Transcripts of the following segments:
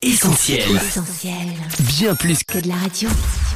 Essentiel. Bien plus que de la radio.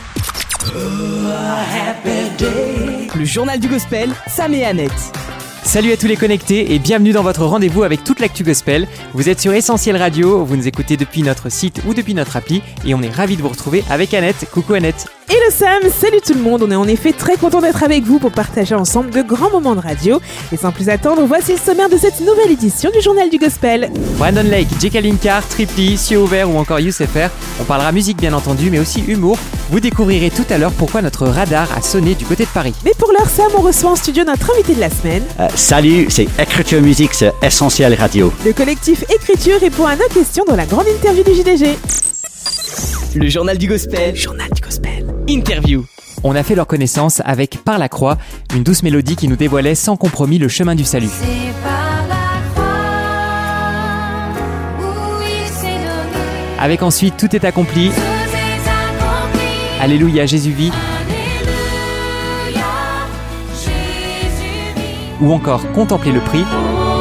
Le journal du gospel, Sam et Annette. Salut à tous les connectés et bienvenue dans votre rendez-vous avec toute l'actu gospel. Vous êtes sur Essentiel Radio, vous nous écoutez depuis notre site ou depuis notre appli et on est ravis de vous retrouver avec Annette. Coucou Annette. Et le Sam, salut tout le monde, on est en effet très content d'être avec vous pour partager ensemble de grands moments de radio. Et sans plus attendre, voici le sommaire de cette nouvelle édition du Journal du Gospel. Brandon Lake, J.K. Linkard, Triply, Cieux Ouvert ou encore Youssef R. On parlera musique bien entendu mais aussi humour. Vous découvrirez tout à l'heure pourquoi notre radar a sonné du côté de Paris. Mais pour l'heure Sam, on reçoit en studio notre invité de la semaine. Salut, c'est Écriture Musique sur Essentiel Radio. Le collectif Écriture répond à nos questions dans la grande interview du JDG. Le journal du gospel. Interview. On a fait leur connaissance avec Par la croix, une douce mélodie qui nous dévoilait sans compromis le chemin du salut. C'est par la croix où il s'est donné. Avec ensuite Tout est accompli, Tout est accompli. Alléluia Jésus vit, Alléluia, Jésus vit. ou encore Contempler le prix.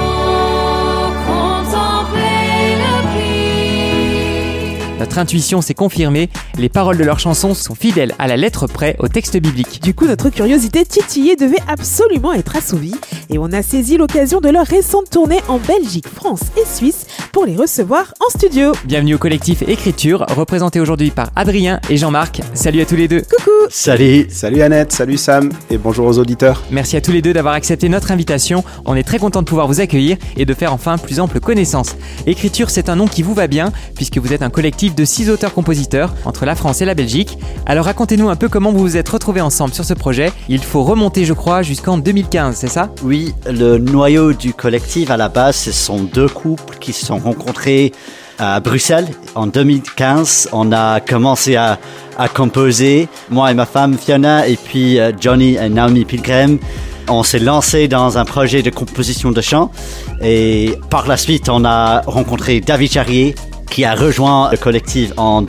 Notre intuition s'est confirmée, les paroles de leurs chansons sont fidèles à la lettre près au texte biblique. Du coup, notre curiosité titillée devait absolument être assouvie et on a saisi l'occasion de leur récente tournée en Belgique, France et Suisse pour les recevoir en studio. Bienvenue au collectif Écriture, représenté aujourd'hui par Adrien et Jean-Marc. Salut à tous les deux. Coucou. Salut. Salut Annette, salut Sam et bonjour aux auditeurs. Merci à tous les deux d'avoir accepté notre invitation. On est très content de pouvoir vous accueillir et de faire enfin plus ample connaissance. Écriture, c'est un nom qui vous va bien puisque vous êtes un collectif de 6 auteurs-compositeurs entre la France et la Belgique. Alors racontez-nous un peu comment vous vous êtes retrouvés ensemble sur ce projet. Il faut remonter, je crois, jusqu'en 2015, c'est ça ? Oui, le noyau du collectif à la base, ce sont deux couples qui se sont rencontrés à Bruxelles. En 2015, on a commencé à composer, moi et ma femme Fiona, et puis Johnny et Naomi Pilgrim. On s'est lancé dans un projet de composition de chants et par la suite, on a rencontré David Charrier qui a rejoint le collectif en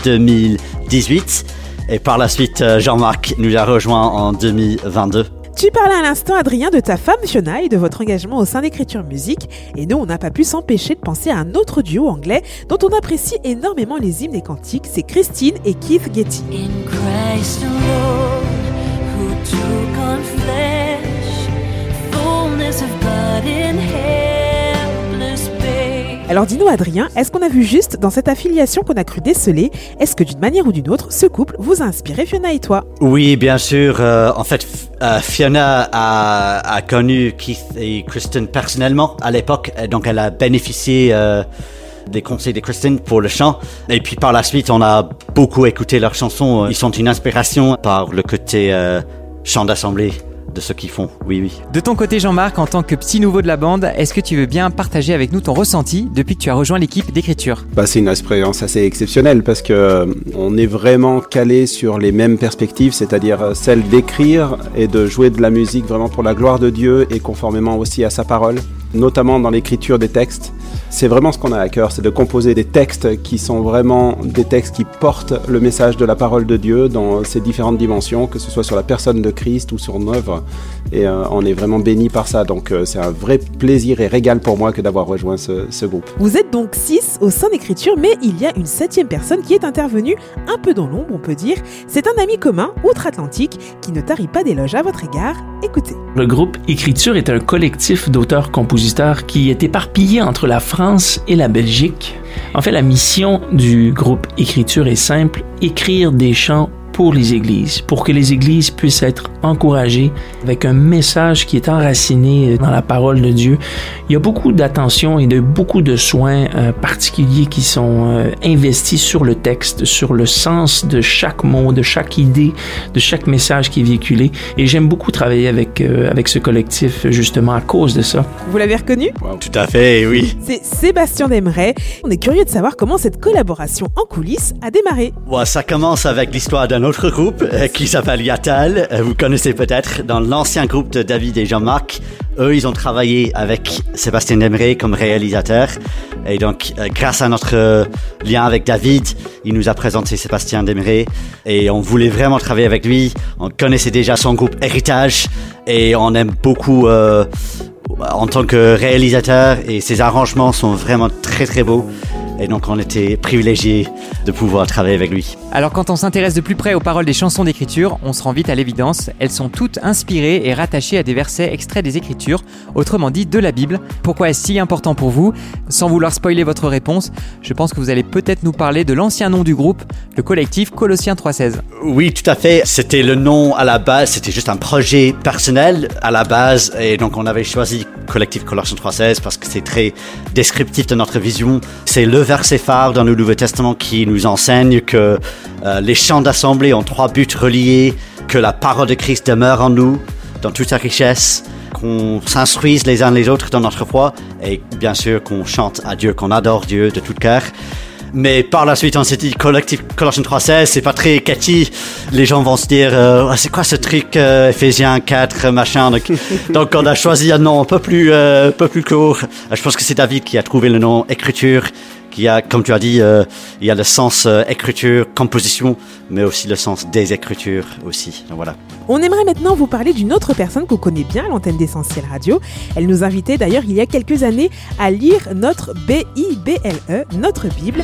2018 et par la suite, Jean-Marc nous a rejoint en 2022. Tu parlais à l'instant, Adrien, de ta femme Fiona et de votre engagement au sein d'Écriture Musique. Et nous, on n'a pas pu s'empêcher de penser à un autre duo anglais dont on apprécie énormément les hymnes et cantiques, c'est Christine et Keith Getty. In Christ alone, who took on flesh, fullness of God in helpless babe. Alors dis-nous, Adrien, est-ce qu'on a vu juste dans cette affiliation qu'on a cru déceler? Est-ce que d'une manière ou d'une autre, ce couple vous a inspiré, Fiona et toi? Oui, bien sûr. En fait, Fiona a connu Keith et Kristen personnellement à l'époque, donc elle a bénéficié des conseils de Kristen pour le chant. Et puis par la suite, on a beaucoup écouté leurs chansons. Ils sont une inspiration par le côté chant d'assemblée de ce qu'ils font, oui. De ton côté, Jean-Marc, en tant que petit nouveau de la bande, est-ce que tu veux bien partager avec nous ton ressenti depuis que tu as rejoint l'équipe d'Écriture ? C'est une expérience assez exceptionnelle parce que on est vraiment calé sur les mêmes perspectives, c'est-à-dire celle d'écrire et de jouer de la musique vraiment pour la gloire de Dieu et conformément aussi à sa parole, notamment dans l'écriture des textes. C'est vraiment ce qu'on a à cœur, c'est de composer des textes qui sont vraiment des textes qui portent le message de la parole de Dieu dans ses différentes dimensions, que ce soit sur la personne de Christ ou sur une œuvre. Et on est vraiment bénis par ça, donc c'est un vrai plaisir et régal pour moi que d'avoir rejoint ce groupe. Vous êtes donc 6 au sein d'Écriture, mais il y a une 7e personne qui est intervenue un peu dans l'ombre, on peut dire. C'est un ami commun, outre-Atlantique, qui ne tarit pas d'éloges à votre égard. Écoutez. Le groupe Écriture est un collectif d'auteurs-compositeurs qui est éparpillé entre la France et la Belgique. En fait, la mission du groupe Écriture est simple, écrire des chants pour les églises, pour que les églises puissent être encouragées avec un message qui est enraciné dans la parole de Dieu. Il y a beaucoup d'attention et de beaucoup de soins particuliers qui sont investis sur le texte, sur le sens de chaque mot, de chaque idée, de chaque message qui est véhiculé. Et j'aime beaucoup travailler avec ce collectif justement à cause de ça. Vous l'avez reconnu ? Wow. Tout à fait, oui. C'est Sébastien Desmarais. On est curieux de savoir comment cette collaboration en coulisses a démarré. Ça commence avec l'histoire d'un autre groupe qui s'appelle Yatal. Vous connaissez peut-être, dans l'ancien groupe de David et Jean-Marc. Eux, ils ont travaillé avec Sébastien Desmarais comme réalisateur. Et donc, grâce à notre lien avec David, il nous a présenté Sébastien Desmarais. Et on voulait vraiment travailler avec lui. On connaissait déjà son groupe Héritage. Et on aime beaucoup en tant que réalisateur. Et ses arrangements sont vraiment très très beaux. Et donc on était privilégiés de pouvoir travailler avec lui. Alors quand on s'intéresse de plus près aux paroles des chansons d'écriture, on se rend vite à l'évidence. Elles sont toutes inspirées et rattachées à des versets extraits des Écritures, autrement dit de la Bible. Pourquoi est-ce si important pour vous ? Sans vouloir spoiler votre réponse, je pense que vous allez peut-être nous parler de l'ancien nom du groupe, le collectif Colossiens 3.16. Oui, tout à fait. C'était le nom à la base, c'était juste un projet personnel à la base. Et donc on avait choisi collectif Colossiens 3.16 parce que c'est très descriptif de notre vision. C'est le verset phare dans le Nouveau Testament qui nous enseigne que les chants d'assemblée ont 3 buts reliés, que la parole de Christ demeure en nous dans toute sa richesse, qu'on s'instruise les uns les autres dans notre foi et bien sûr qu'on chante à Dieu, qu'on adore Dieu de tout cœur. Mais par la suite, on s'est dit collectif Colossiens 3.16, c'est pas très catchy. Les gens vont se dire, c'est quoi ce truc Ephésiens 4, machin. Donc on a choisi un nom un peu plus court. Je pense que c'est David qui a trouvé le nom Écriture, qui a, comme tu as dit, il y a le sens écriture, composition, mais aussi le sens des écritures aussi. Donc, voilà. On aimerait maintenant vous parler d'une autre personne qu'on connaît bien à l'antenne d'Essentiel Radio. Elle nous invitait d'ailleurs il y a quelques années à lire notre Bible, notre Bible.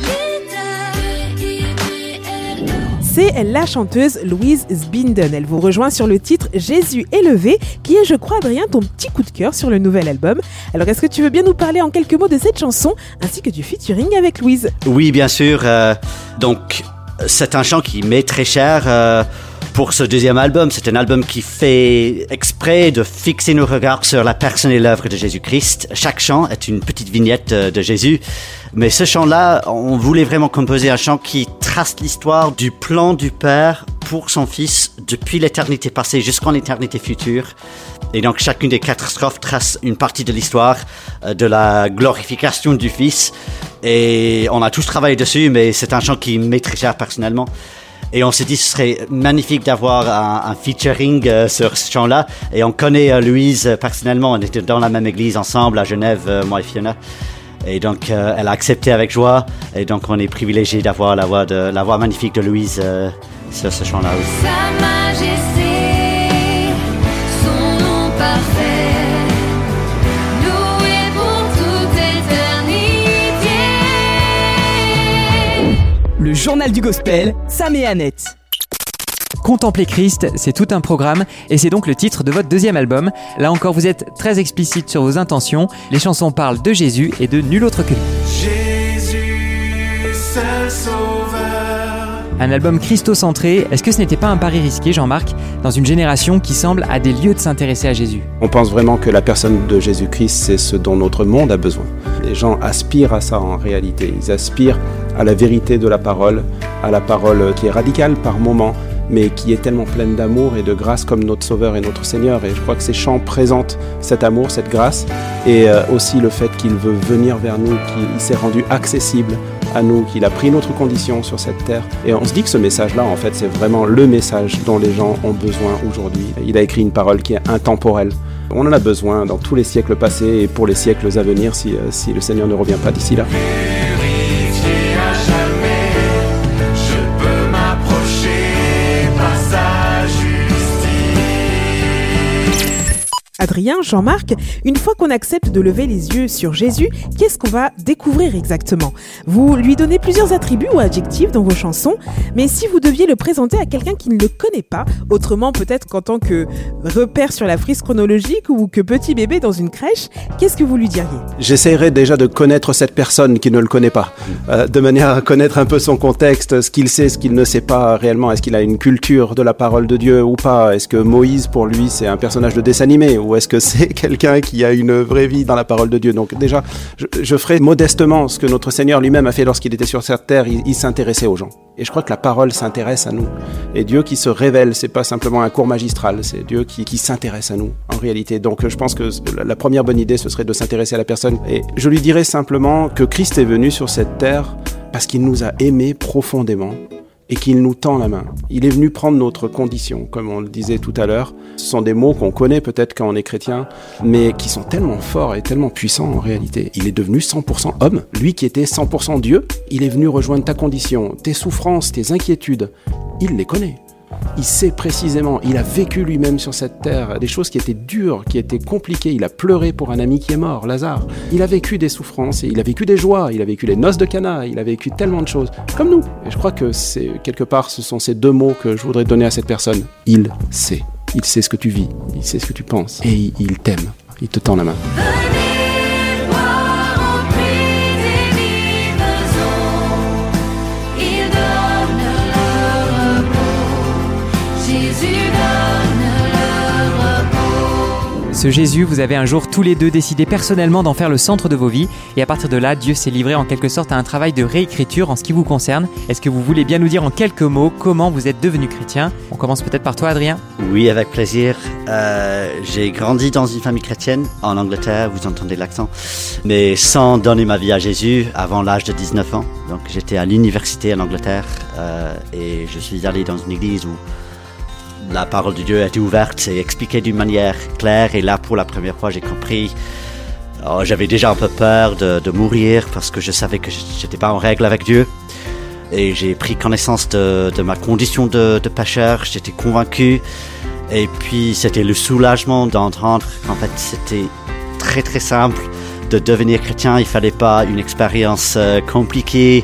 C'est la chanteuse Louise Zbinden. Elle vous rejoint sur le titre Jésus élevé, qui est, je crois, Adrien, ton petit coup de cœur sur le nouvel album. Alors, est-ce que tu veux bien nous parler en quelques mots de cette chanson, ainsi que du featuring avec Louise ? Oui, bien sûr. Donc, c'est un chant qui m'est très cher pour ce deuxième album. C'est un album qui fait exprès de fixer nos regards sur la personne et l'œuvre de Jésus-Christ. Chaque chant est une petite vignette de Jésus. Mais ce chant-là, on voulait vraiment composer un chant qui trace l'histoire du plan du Père pour son Fils depuis l'éternité passée jusqu'en l'éternité future. Et donc chacune des 4 strophes trace une partie de l'histoire de la glorification du Fils. Et on a tous travaillé dessus, mais c'est un chant qui m'est très cher personnellement. Et on s'est dit que ce serait magnifique d'avoir un featuring sur ce chant-là. Et on connaît Louise personnellement, on était dans la même église ensemble à Genève, moi et Fiona. Et donc, elle a accepté avec joie. Et donc, on est privilégié d'avoir la voix magnifique de Louise sur ce chant-là. Oui. Sa majesté, son nom parfait, loué pour toute éternité. Le journal du gospel, Sam et Annette. Contempler Christ, c'est tout un programme et c'est donc le titre de votre deuxième album. Là encore, vous êtes très explicite sur vos intentions. Les chansons parlent de Jésus et de nul autre que lui. Jésus, seul sauveur. Un album christocentré, est-ce que ce n'était pas un pari risqué, Jean-Marc, dans une génération qui semble à des lieux de s'intéresser à Jésus ? On pense vraiment que la personne de Jésus-Christ, c'est ce dont notre monde a besoin. Les gens aspirent à ça en réalité. Ils aspirent à la vérité de la parole, à la parole qui est radicale par moments, mais qui est tellement pleine d'amour et de grâce comme notre Sauveur et notre Seigneur. Et je crois que ces chants présentent cet amour, cette grâce, et aussi le fait qu'il veut venir vers nous, qu'il s'est rendu accessible à nous, qu'il a pris notre condition sur cette terre. Et on se dit que ce message-là, en fait, c'est vraiment le message dont les gens ont besoin aujourd'hui. Il a écrit une parole qui est intemporelle. On en a besoin dans tous les siècles passés et pour les siècles à venir si le Seigneur ne revient pas d'ici là. Adrien, Jean-Marc, une fois qu'on accepte de lever les yeux sur Jésus, qu'est-ce qu'on va découvrir exactement ? Vous lui donnez plusieurs attributs ou adjectifs dans vos chansons, mais si vous deviez le présenter à quelqu'un qui ne le connaît pas, autrement peut-être qu'en tant que repère sur la frise chronologique ou que petit bébé dans une crèche, qu'est-ce que vous lui diriez ? J'essaierai déjà de connaître cette personne qui ne le connaît pas, de manière à connaître un peu son contexte, ce qu'il sait, ce qu'il ne sait pas réellement. Est-ce qu'il a une culture de la parole de Dieu ou pas ? Est-ce que Moïse, pour lui, c'est un personnage de dessin animé ? Ou est-ce que c'est quelqu'un qui a une vraie vie dans la parole de Dieu ? Donc déjà, je ferai modestement ce que notre Seigneur lui-même a fait lorsqu'il était sur cette terre. Il s'intéressait aux gens. Et je crois que la parole s'intéresse à nous. Et Dieu qui se révèle, c'est pas simplement un cours magistral, c'est Dieu qui s'intéresse à nous, en réalité. Donc je pense que la première bonne idée, ce serait de s'intéresser à la personne. Et je lui dirais simplement que Christ est venu sur cette terre parce qu'il nous a aimés profondément et qu'il nous tend la main. Il est venu prendre notre condition, comme on le disait tout à l'heure. Ce sont des mots qu'on connaît peut-être quand on est chrétien, mais qui sont tellement forts et tellement puissants en réalité. Il est devenu 100% homme. Lui qui était 100% Dieu, il est venu rejoindre ta condition, tes souffrances, tes inquiétudes. Il les connaît. il sait précisément, il a vécu lui-même sur cette terre des choses qui étaient dures, qui étaient compliquées. Il a pleuré pour un ami qui est mort, Lazare. Il a vécu des souffrances, et il a vécu des joies, il a vécu les noces de Cana, il a vécu tellement de choses, comme nous. Et je crois que c'est quelque part, ce sont ces deux mots que je voudrais donner à cette personne. Il sait ce que tu vis, il sait ce que tu penses, et il t'aime, il te tend la main. Venez voir au prix des livraisons, il donne le repos, Jésus donne le repos. Ce Jésus, vous avez un jour tous les deux décidé personnellement d'en faire le centre de vos vies, et à partir de là, Dieu s'est livré en quelque sorte à un travail de réécriture en ce qui vous concerne. Est-ce que vous voulez bien nous dire en quelques mots comment vous êtes devenu chrétien ? On commence peut-être par toi, Adrien. Oui, avec plaisir. J'ai grandi dans une famille chrétienne en Angleterre, vous entendez l'accent, mais sans donner ma vie à Jésus avant l'âge de 19 ans. Donc j'étais à l'université en Angleterre et je suis allé dans une église où la parole de Dieu était ouverte et expliquée d'une manière claire. Et là, pour la première fois, j'ai compris. J'avais déjà un peu peur de mourir parce que je savais que je n'étais pas en règle avec Dieu. Et j'ai pris connaissance de ma condition de pécheur. J'étais convaincu. Et puis, c'était le soulagement d'entendre qu'en fait, c'était très très simple de devenir chrétien. Il fallait pas une expérience compliquée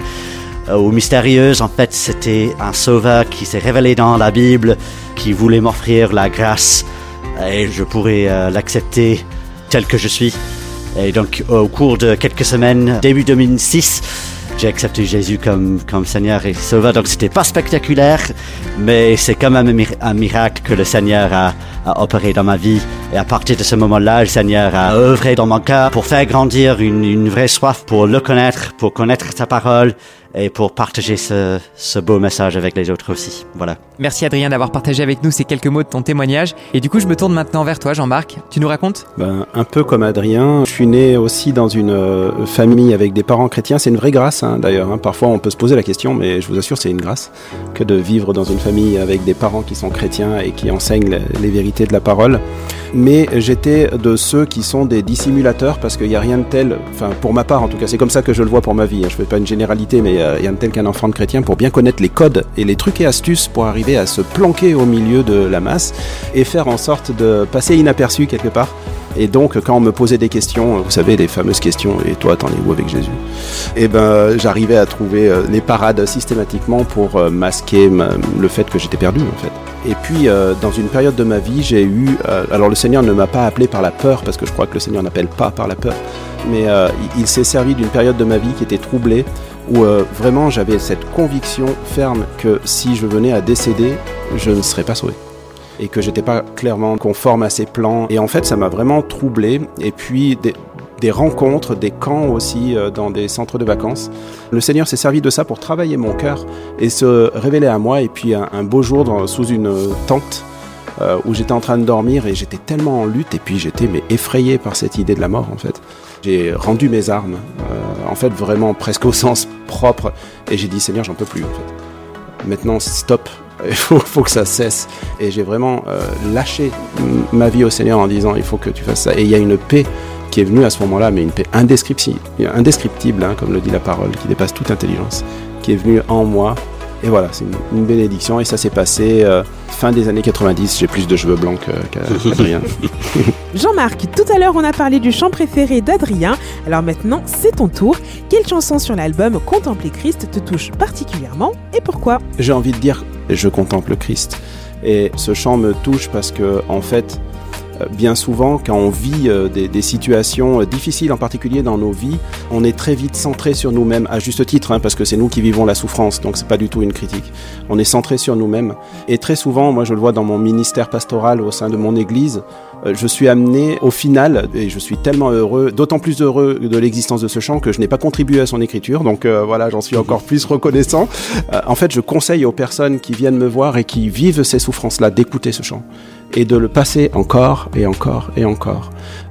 ou mystérieuse. En fait, c'était un sauveur qui s'est révélé dans la Bible, qui voulait m'offrir la grâce et je pourrais l'accepter tel que je suis. Et donc, au cours de quelques semaines, début 2006, j'ai accepté Jésus comme Seigneur et Sauveur. Donc, c'était pas spectaculaire, mais c'est quand même un miracle que le Seigneur a opéré dans ma vie. Et à partir de ce moment-là, le Seigneur a œuvré dans mon cœur pour faire grandir une vraie soif pour le connaître, pour connaître sa parole et pour partager ce beau message avec les autres aussi. Voilà. Merci Adrien d'avoir partagé avec nous ces quelques mots de ton témoignage. Et du coup, je me tourne maintenant vers toi, Jean-Marc. Tu nous racontes ? Un peu comme Adrien, je suis né aussi dans une famille avec des parents chrétiens. C'est une vraie grâce, d'ailleurs. Parfois, on peut se poser la question, mais je vous assure, c'est une grâce que de vivre dans une famille avec des parents qui sont chrétiens et qui enseignent les vérités de la parole. Mais j'étais de ceux qui sont des dissimulateurs parce qu'il n'y a rien de tel, enfin pour ma part en tout cas, c'est comme ça que je le vois pour ma vie. Je ne fais pas une généralité, mais il y a rien de tel qu'un enfant de chrétien pour bien connaître les codes et les trucs et astuces pour arriver à se planquer au milieu de la masse et faire en sorte de passer inaperçu quelque part. Et donc, quand on me posait des questions, vous savez, les fameuses questions « Et toi, t'en es où avec Jésus ?» Eh ben, j'arrivais à trouver les parades systématiquement pour masquer le fait que j'étais perdu, en fait. Et puis, dans une période de ma vie, j'ai eu... alors, le Seigneur ne m'a pas appelé par la peur, parce que je crois que le Seigneur n'appelle pas par la peur. Mais il s'est servi d'une période de ma vie qui était troublée, où vraiment j'avais cette conviction ferme que si je venais à décéder, je ne serais pas sauvé. Et que j'étais pas clairement conforme à ses plans. Et en fait, ça m'a vraiment troublé. Et puis, des rencontres, des camps aussi dans des centres de vacances. Le Seigneur s'est servi de ça pour travailler mon cœur et se révéler à moi. Et puis, un beau jour, sous une tente, où j'étais en train de dormir et j'étais tellement en lutte. Et puis, j'étais effrayé par cette idée de la mort, en fait. J'ai rendu mes armes, en fait, vraiment presque au sens propre. Et j'ai dit, Seigneur, j'en peux plus, en fait. Maintenant, stop. Il faut que ça cesse. Et j'ai vraiment lâché ma vie au Seigneur en disant il faut que tu fasses ça. Et il y a une paix qui est venue à ce moment-là, mais une paix indescriptible, comme le dit la parole, qui dépasse toute intelligence, qui est venue en moi. Et voilà, c'est une bénédiction. Et ça s'est passé fin des années 90. J'ai plus de cheveux blancs qu'Adrien. Jean-Marc, tout à l'heure, on a parlé du chant préféré d'Adrien. Alors maintenant, c'est ton tour. Quelle chanson sur l'album Contempler Christ te touche particulièrement et pourquoi ? J'ai envie de dire, je contemple Christ. Et ce chant me touche parce que, en fait, bien souvent, quand on vit des situations difficiles, en particulier dans nos vies, on est très vite centré sur nous-mêmes, à juste titre, parce que c'est nous qui vivons la souffrance, donc c'est pas du tout une critique. On est centré sur nous-mêmes. Et très souvent, moi je le vois dans mon ministère pastoral au sein de mon église, je suis amené au final, et je suis tellement heureux, d'autant plus heureux de l'existence de ce chant que je n'ai pas contribué à son écriture, donc voilà, j'en suis encore plus reconnaissant. En fait, je conseille aux personnes qui viennent me voir et qui vivent ces souffrances-là d'écouter ce chant et de le passer encore et encore et encore.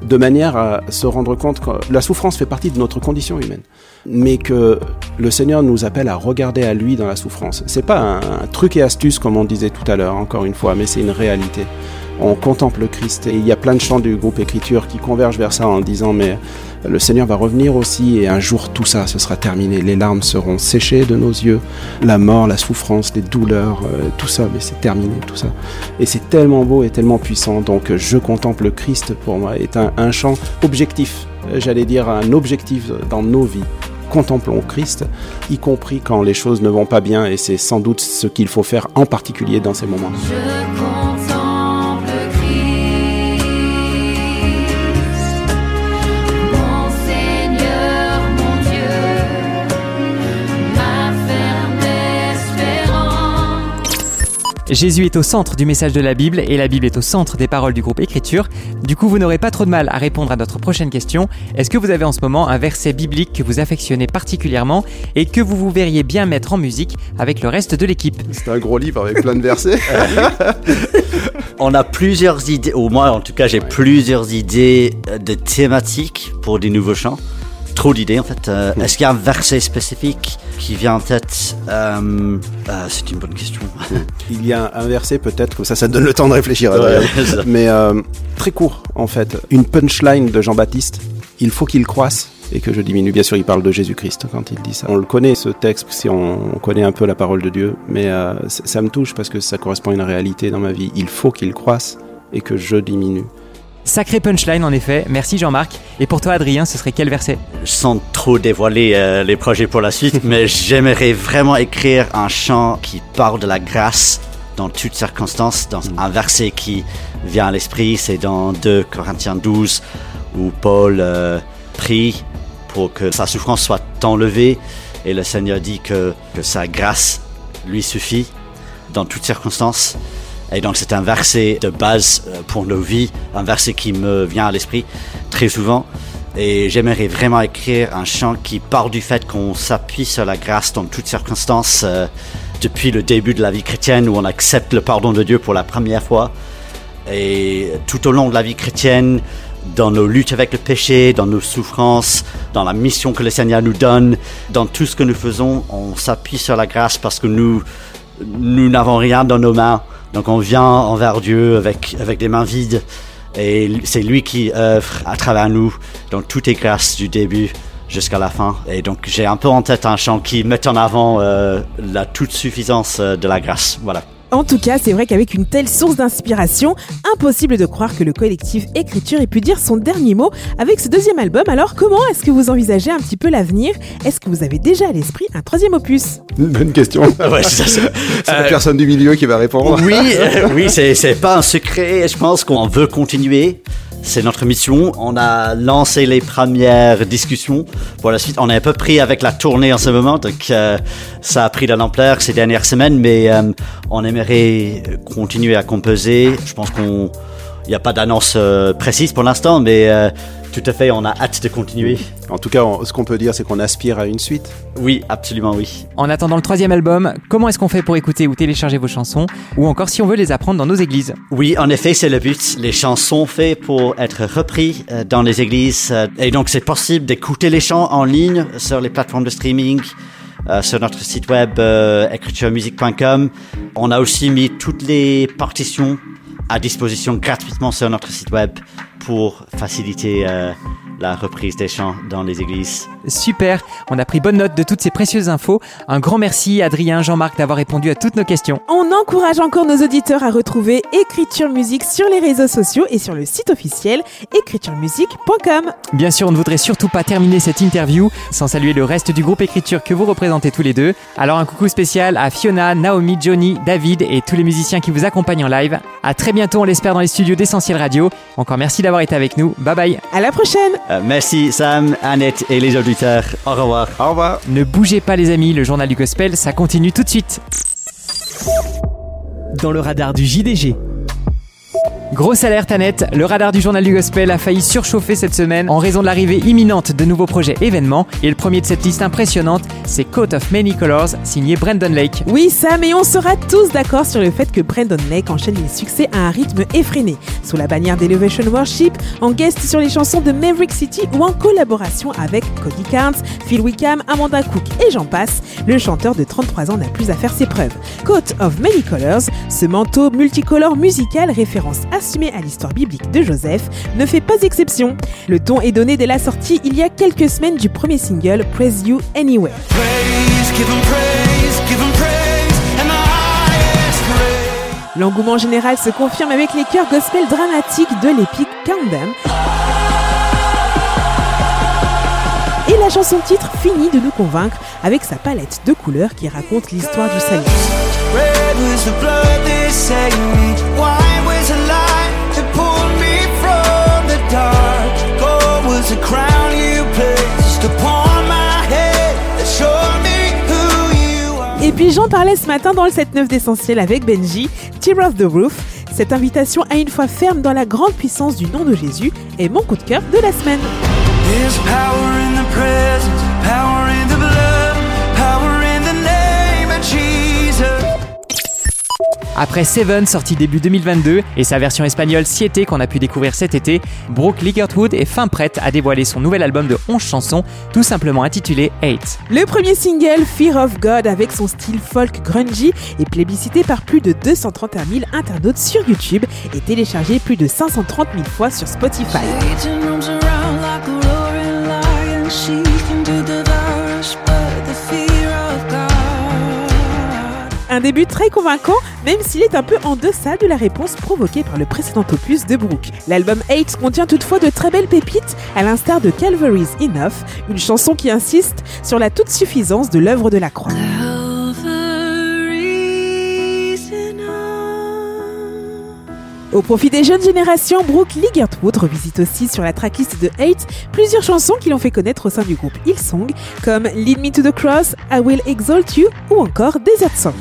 de manière à se rendre compte que la souffrance fait partie de notre condition humaine, mais que le Seigneur nous appelle à regarder à lui dans la souffrance. C'est pas un truc et astuce comme on disait tout à l'heure, encore une fois, mais c'est une réalité. On contemple le Christ et il y a plein de chants du groupe Écriture qui convergent vers ça en disant mais le Seigneur va revenir aussi et un jour tout ça ce sera terminé, les larmes seront séchées de nos yeux, la mort, la souffrance, les douleurs, tout ça, mais c'est terminé tout ça. Et c'est tellement beau et tellement puissant, donc je contemple le Christ pour moi est un chant objectif, j'allais dire un objectif dans nos vies. Contemplons Christ, y compris quand les choses ne vont pas bien et c'est sans doute ce qu'il faut faire en particulier dans ces moments. Jésus est au centre du message de la Bible et la Bible est au centre des paroles du groupe Écriture. Du coup, vous n'aurez pas trop de mal à répondre à notre prochaine question. Est-ce que vous avez en ce moment un verset biblique que vous affectionnez particulièrement et que vous verriez bien mettre en musique avec le reste de l'équipe ? C'est un gros livre avec plein de versets. On a plusieurs idées, ou moi en tout cas j'ai plusieurs idées de thématiques pour des nouveaux chants. Trop d'idées en fait. Est-ce qu'il y a un verset spécifique qui vient en tête ? C'est une bonne question. Il y a un verset peut-être, comme ça donne le temps de réfléchir. Mais très court en fait. Une punchline de Jean-Baptiste. Il faut qu'il croisse et que je diminue. Bien sûr, il parle de Jésus-Christ quand il dit ça. On le connaît ce texte si on connaît un peu la parole de Dieu. Mais ça me touche parce que ça correspond à une réalité dans ma vie. Il faut qu'il croisse et que je diminue. Sacré punchline en effet, merci Jean-Marc. Et pour toi Adrien, ce serait quel verset ? Sans trop dévoiler les projets pour la suite, mais j'aimerais vraiment écrire un chant qui parle de la grâce dans toutes circonstances. Dans un verset qui vient à l'esprit, c'est dans 2 Corinthiens 12 où Paul prie pour que sa souffrance soit enlevée et le Seigneur dit que sa grâce lui suffit dans toutes circonstances. Et donc c'est un verset de base pour nos vies, un verset qui me vient à l'esprit très souvent. Et j'aimerais vraiment écrire un chant qui parle du fait qu'on s'appuie sur la grâce dans toutes circonstances depuis le début de la vie chrétienne où on accepte le pardon de Dieu pour la première fois. Et tout au long de la vie chrétienne, dans nos luttes avec le péché, dans nos souffrances, dans la mission que le Seigneur nous donne, dans tout ce que nous faisons, on s'appuie sur la grâce parce que nous n'avons rien dans nos mains. Donc on vient envers Dieu avec des mains vides et c'est lui qui œuvre à travers nous. Donc tout est grâce du début jusqu'à la fin. Et donc j'ai un peu en tête un chant qui met en avant la toute suffisance de la grâce. Voilà. En tout cas, c'est vrai qu'avec une telle source d'inspiration, impossible de croire que le collectif Écriture ait pu dire son dernier mot avec ce deuxième album. Alors, comment est-ce que vous envisagez un petit peu l'avenir ? Est-ce que vous avez déjà à l'esprit un troisième opus ? Bonne question. Ouais, c'est la personne du milieu qui va répondre. Oui, c'est pas un secret. Je pense qu'on veut continuer. C'est notre mission. On a lancé les premières discussions. Pour la suite, on est un peu pris avec la tournée en ce moment, donc ça a pris de l'ampleur ces dernières semaines, mais on aimerait continuer à composer. Je pense qu'il n'y a pas d'annonce précise pour l'instant, mais tout à fait, on a hâte de continuer. En tout cas, ce qu'on peut dire, c'est qu'on aspire à une suite. Oui, absolument, oui. En attendant le troisième album, comment est-ce qu'on fait pour écouter ou télécharger vos chansons ? Ou encore si on veut les apprendre dans nos églises ? Oui, en effet, c'est le but. Les chants sont faits pour être repris dans les églises. Et donc, c'est possible d'écouter les chants en ligne sur les plateformes de streaming, sur notre site web écrituremusique.com. On a aussi mis toutes les partitions à disposition gratuitement sur notre site web pour faciliter la reprise des chants dans les églises. Super, on a pris bonne note de toutes ces précieuses infos. Un grand merci Adrien, Jean-Marc d'avoir répondu à toutes nos questions. On encourage encore nos auditeurs à retrouver Écriture Musique sur les réseaux sociaux et sur le site officiel écrituremusique.com. Bien sûr, on ne voudrait surtout pas terminer cette interview sans saluer le reste du groupe Écriture que vous représentez tous les deux. Alors un coucou spécial à Fiona, Naomi, Johnny, David et tous les musiciens qui vous accompagnent en live. À très bientôt, on l'espère, dans les studios d'Essentiel Radio. Encore merci d'avoir été avec nous. Bye bye. À la prochaine. Merci Sam, Annette et les auditeurs. Au revoir. Au revoir. Ne bougez pas les amis, le journal du gospel, ça continue tout de suite. Dans le radar du JDG. Grosse alerte Annette, le radar du journal du gospel a failli surchauffer cette semaine en raison de l'arrivée imminente de nouveaux projets événements. Et le premier de cette liste impressionnante, c'est Coat of Many Colors, signé Brandon Lake. Oui Sam, et on sera tous d'accord sur le fait que Brandon Lake enchaîne les succès à un rythme effréné. Sous la bannière d'Elevation Worship, en guest sur les chansons de Maverick City ou en collaboration avec Cody Carnes, Phil Wickham, Amanda Cook et j'en passe, le chanteur de 33 ans n'a plus à faire ses preuves. Coat of Many Colors, ce manteau multicolore musical, référence assumée à l'histoire biblique de Joseph, ne fait pas exception. Le ton est donné dès la sortie il y a quelques semaines du premier single Praise You Anyway. L'engouement général se confirme avec les chœurs gospel dramatiques de l'épique Count Them. Et la chanson titre finit de nous convaincre avec sa palette de couleurs qui raconte l'histoire du salut. Et puis j'en parlais ce matin dans le 7-9 d'Essentiel avec Benji, Tear of the Roof. Cette invitation à une foi ferme dans la grande puissance du nom de Jésus est mon coup de cœur de la semaine. Après Seven, sorti début 2022, et sa version espagnole Siete qu'on a pu découvrir cet été, Brooke Ligertwood est fin prête à dévoiler son nouvel album de 11 chansons, tout simplement intitulé 8. Le premier single, Fear of God, avec son style folk grungy, est plébiscité par plus de 231 000 internautes sur YouTube et téléchargé plus de 530 000 fois sur Spotify. Un début très convaincant, même s'il est un peu en deçà de la réponse provoquée par le précédent opus de Brooke. L'album 8 contient toutefois de très belles pépites, à l'instar de Calvary's Enough, une chanson qui insiste sur la toute suffisance de l'œuvre de la croix. Au profit des jeunes générations, Brooke Ligertwood revisite aussi sur la tracklist de 8 plusieurs chansons qui l'ont fait connaître au sein du groupe Hillsong, comme Lead Me to the Cross, I Will Exalt You ou encore Desert Song.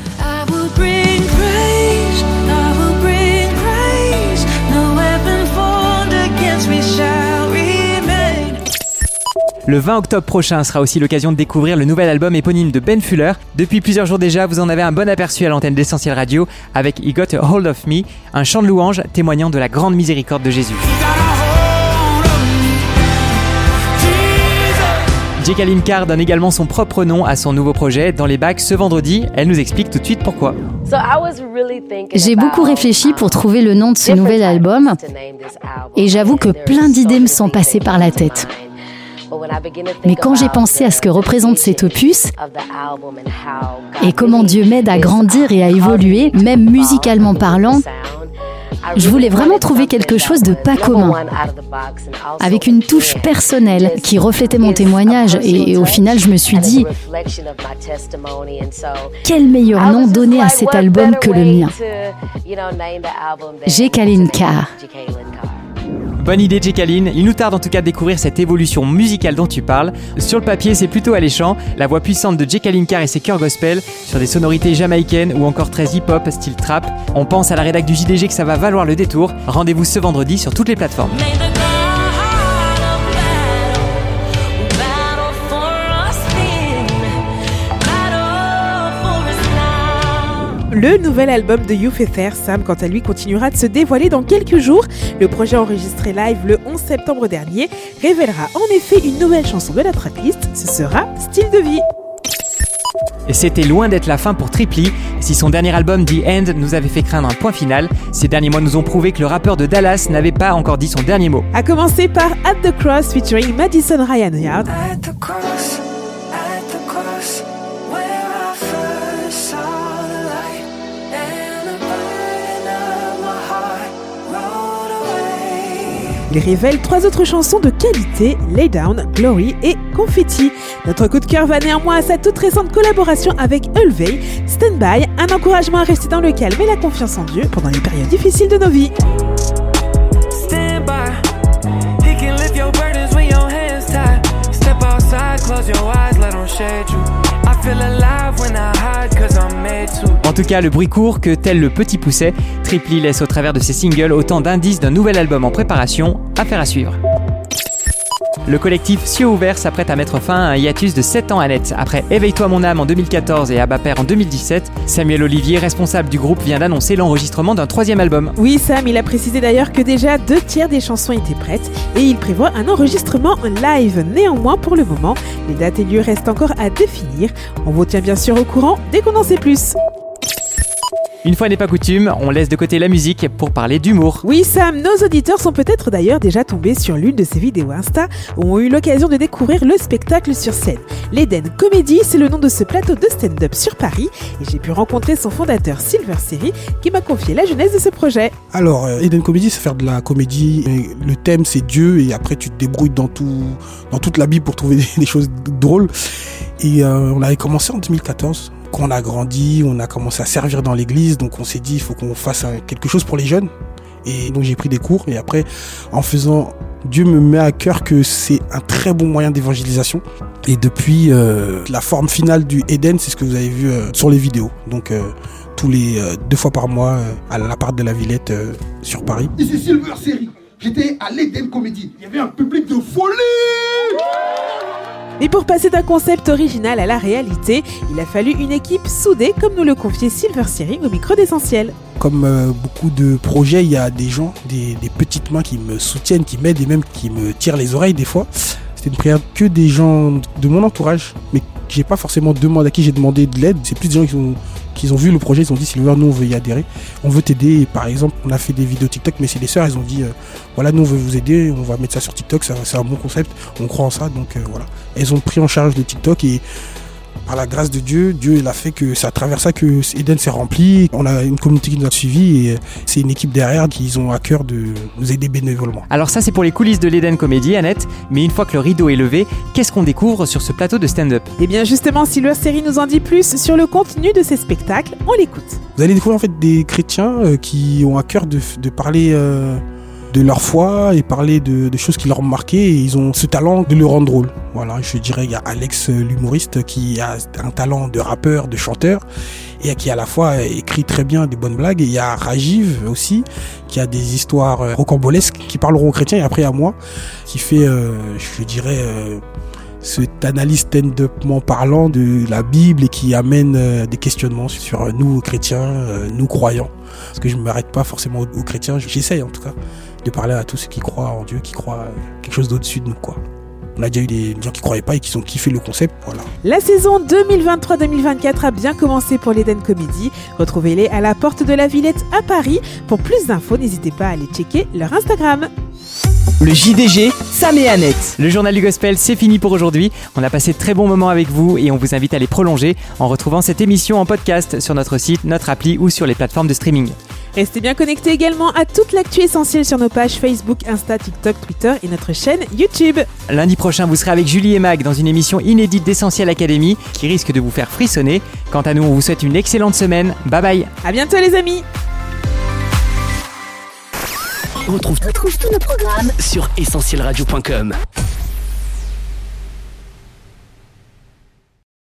Le 20 octobre prochain sera aussi l'occasion de découvrir le nouvel album éponyme de Ben Fuller. Depuis plusieurs jours déjà, vous en avez un bon aperçu à l'antenne d'Essentiel Radio avec He Got a Hold of Me, un chant de louange témoignant de la grande miséricorde de Jésus. Jacqueline Carr donne également son propre nom à son nouveau projet dans les bacs ce vendredi. Elle nous explique tout de suite pourquoi. J'ai beaucoup réfléchi pour trouver le nom de ce nouvel album et j'avoue que plein d'idées me sont passées par la tête. Mais quand j'ai pensé à ce que représente cet opus et comment Dieu m'aide à grandir et à évoluer, même musicalement parlant, je voulais vraiment trouver quelque chose de pas commun, avec une touche personnelle qui reflétait mon témoignage. Et au final, je me suis dit, quel meilleur nom donner à cet album que le mien. Jacqueline Carr. Bonne idée Jacqueline, il nous tarde en tout cas de découvrir cette évolution musicale dont tu parles. Sur le papier c'est plutôt alléchant, la voix puissante de Jacqueline Carr et ses chœurs gospel sur des sonorités jamaïcaines ou encore très hip-hop style trap. On pense à la rédac du JDG que ça va valoir le détour. Rendez-vous ce vendredi sur toutes les plateformes. Le nouvel album de Youth Ether, Sam, quant à lui, continuera de se dévoiler dans quelques jours. Le projet enregistré live le 11 septembre dernier révélera en effet une nouvelle chanson de la tracklist. Ce sera Style de vie. Et c'était loin d'être la fin pour Triply. Si son dernier album The End nous avait fait craindre un point final, ces derniers mois nous ont prouvé que le rappeur de Dallas n'avait pas encore dit son dernier mot. À commencer par At the Cross featuring Madison Ryan Yard. Il révèle 3 autres chansons de qualité, Lay Down, Glory et Confetti. Notre coup de cœur va néanmoins à sa toute récente collaboration avec Ulvey, Stand By, un encouragement à rester dans le calme et la confiance en Dieu pendant les périodes difficiles de nos vies. Stand by. He can lift your burdens when your hands tied. Step outside, close your eyes, let him shade you. I feel alive when I hide, cause I'm made to. En tout cas, le bruit court que, tel le petit pousset, Tripli laisse au travers de ses singles autant d'indices d'un nouvel album en préparation, affaire à suivre. Le collectif Cieux Ouverts s'apprête à mettre fin à un hiatus de 7 ans à net. Après Éveille-toi mon âme en 2014 et Abba Père en 2017, Samuel Olivier, responsable du groupe, vient d'annoncer l'enregistrement d'un 3e album. Oui, Sam, il a précisé d'ailleurs que déjà 2/3 des chansons étaient prêtes et il prévoit un enregistrement live. Néanmoins, pour le moment, les dates et lieux restent encore à définir. On vous tient bien sûr au courant dès qu'on en sait plus. Une fois n'est pas coutume, on laisse de côté la musique pour parler d'humour. Oui Sam, nos auditeurs sont peut-être d'ailleurs déjà tombés sur l'une de ces vidéos Insta où ont eu l'occasion de découvrir le spectacle sur scène. L'Eden Comedy, c'est le nom de ce plateau de stand-up sur Paris et j'ai pu rencontrer son fondateur Silver Seri qui m'a confié la genèse de ce projet. Alors, Eden Comedy, c'est faire de la comédie. Et le thème, c'est Dieu et après tu te débrouilles dans toute la Bible pour trouver des choses drôles. Et on avait commencé en 2014. Quand on a grandi, on a commencé à servir dans l'église, donc on s'est dit il faut qu'on fasse quelque chose pour les jeunes. Et donc j'ai pris des cours et après, en faisant, Dieu me met à cœur que c'est un très bon moyen d'évangélisation. Et depuis, la forme finale du Eden, c'est ce que vous avez vu sur les vidéos. Donc tous les 2 fois par mois à l'appart de la Villette sur Paris. Ici Silver Seri, j'étais à l'Eden Comedy, il y avait un public de folie. Mais pour passer d'un concept original à la réalité, il a fallu une équipe soudée, comme nous le confiait Silver Seri au micro d'Essentiel. Comme beaucoup de projets, il y a des gens, des petites mains qui me soutiennent, qui m'aident et même qui me tirent les oreilles des fois. C'était une prière que des gens de mon entourage, mais j'ai pas forcément demandé à qui j'ai demandé de l'aide. C'est plus des gens qui ont vu le projet, ils ont dit Silver, nous on veut y adhérer, on veut t'aider. Et par exemple, on a fait des vidéos TikTok, mais c'est les sœurs, elles ont dit voilà, nous on veut vous aider, on va mettre ça sur TikTok, c'est un bon concept, on croit en ça, donc voilà. Elles ont pris en charge le TikTok et par la grâce de Dieu, il a fait que c'est à travers ça que Eden s'est rempli. On a une communauté qui nous a suivis et c'est une équipe derrière qui ont à cœur de nous aider bénévolement. Alors ça c'est pour les coulisses de l'Eden Comedy, Annette, mais une fois que le rideau est levé, qu'est-ce qu'on découvre sur ce plateau de stand-up ? Eh bien justement, Silver Seri nous en dit plus sur le contenu de ces spectacles, on l'écoute. Vous allez découvrir en fait des chrétiens qui ont à cœur de parler de leur foi et parler de choses qui leur ont marqué et ils ont ce talent de le rendre drôle. Voilà, je dirais il y a Alex l'humoriste qui a un talent de rappeur, de chanteur et qui à la fois écrit très bien des bonnes blagues et il y a Rajiv aussi qui a des histoires rocambolesques qui parleront aux chrétiens et après à moi qui fait je dirais cette analyse stand-upment parlant de la Bible et qui amène des questionnements sur nous chrétiens, nous croyants. Parce que je ne m'arrête pas forcément aux chrétiens, j'essaye en tout cas de parler à tous ceux qui croient en Dieu, qui croient quelque chose d'au-dessus de nous, quoi. On a déjà eu des gens qui ne croyaient pas et qui ont kiffé le concept, voilà. La saison 2023-2024 a bien commencé pour l'Eden Comedy. Retrouvez-les à la porte de la Villette à Paris. Pour plus d'infos, n'hésitez pas à aller checker leur Instagram. Le JDG, Sam et Annette. Le journal du gospel, c'est fini pour aujourd'hui. On a passé de très bons moments avec vous et on vous invite à les prolonger en retrouvant cette émission en podcast sur notre site, notre appli ou sur les plateformes de streaming. Restez bien connectés également à toute l'actu essentielle sur nos pages Facebook, Insta, TikTok, Twitter et notre chaîne YouTube. Lundi prochain, vous serez avec Julie et Mag dans une émission inédite d'Essentiel Academy qui risque de vous faire frissonner. Quant à nous, on vous souhaite une excellente semaine. Bye bye. À bientôt les amis. Retrouve tous nos programmes sur essentielradio.com.